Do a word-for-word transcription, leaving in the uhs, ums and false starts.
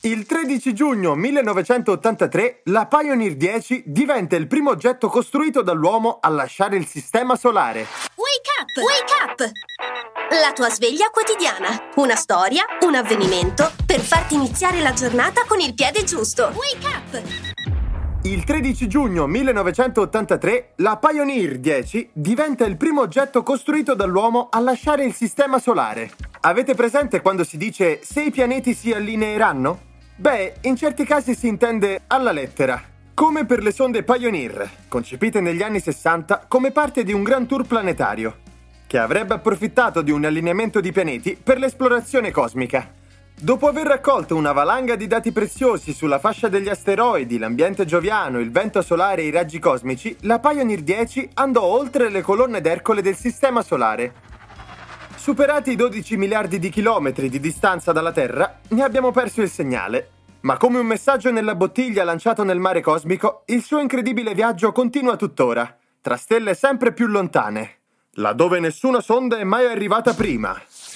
Il tredici giugno millenovecentottantatré la Pioneer dieci diventa il primo oggetto costruito dall'uomo a lasciare il sistema solare. Wake up! Wake up! La tua sveglia quotidiana. Una storia, un avvenimento per farti iniziare la giornata con il piede giusto. Wake up! Il tredici giugno millenovecentottantatré la Pioneer dieci diventa il primo oggetto costruito dall'uomo a lasciare il sistema solare. Avete presente quando si dice se i pianeti si allineeranno? Beh, in certi casi si intende alla lettera. Come per le sonde Pioneer, concepite negli anni sessanta come parte di un gran tour planetario, che avrebbe approfittato di un allineamento di pianeti per l'esplorazione cosmica. Dopo aver raccolto una valanga di dati preziosi sulla fascia degli asteroidi, l'ambiente gioviano, il vento solare e i raggi cosmici, la Pioneer dieci andò oltre le colonne d'Ercole del Sistema Solare. Superati i dodici miliardi di chilometri di distanza dalla Terra, ne abbiamo perso il segnale. Ma come un messaggio nella bottiglia lanciato nel mare cosmico, il suo incredibile viaggio continua tuttora, tra stelle sempre più lontane, laddove nessuna sonda è mai arrivata prima.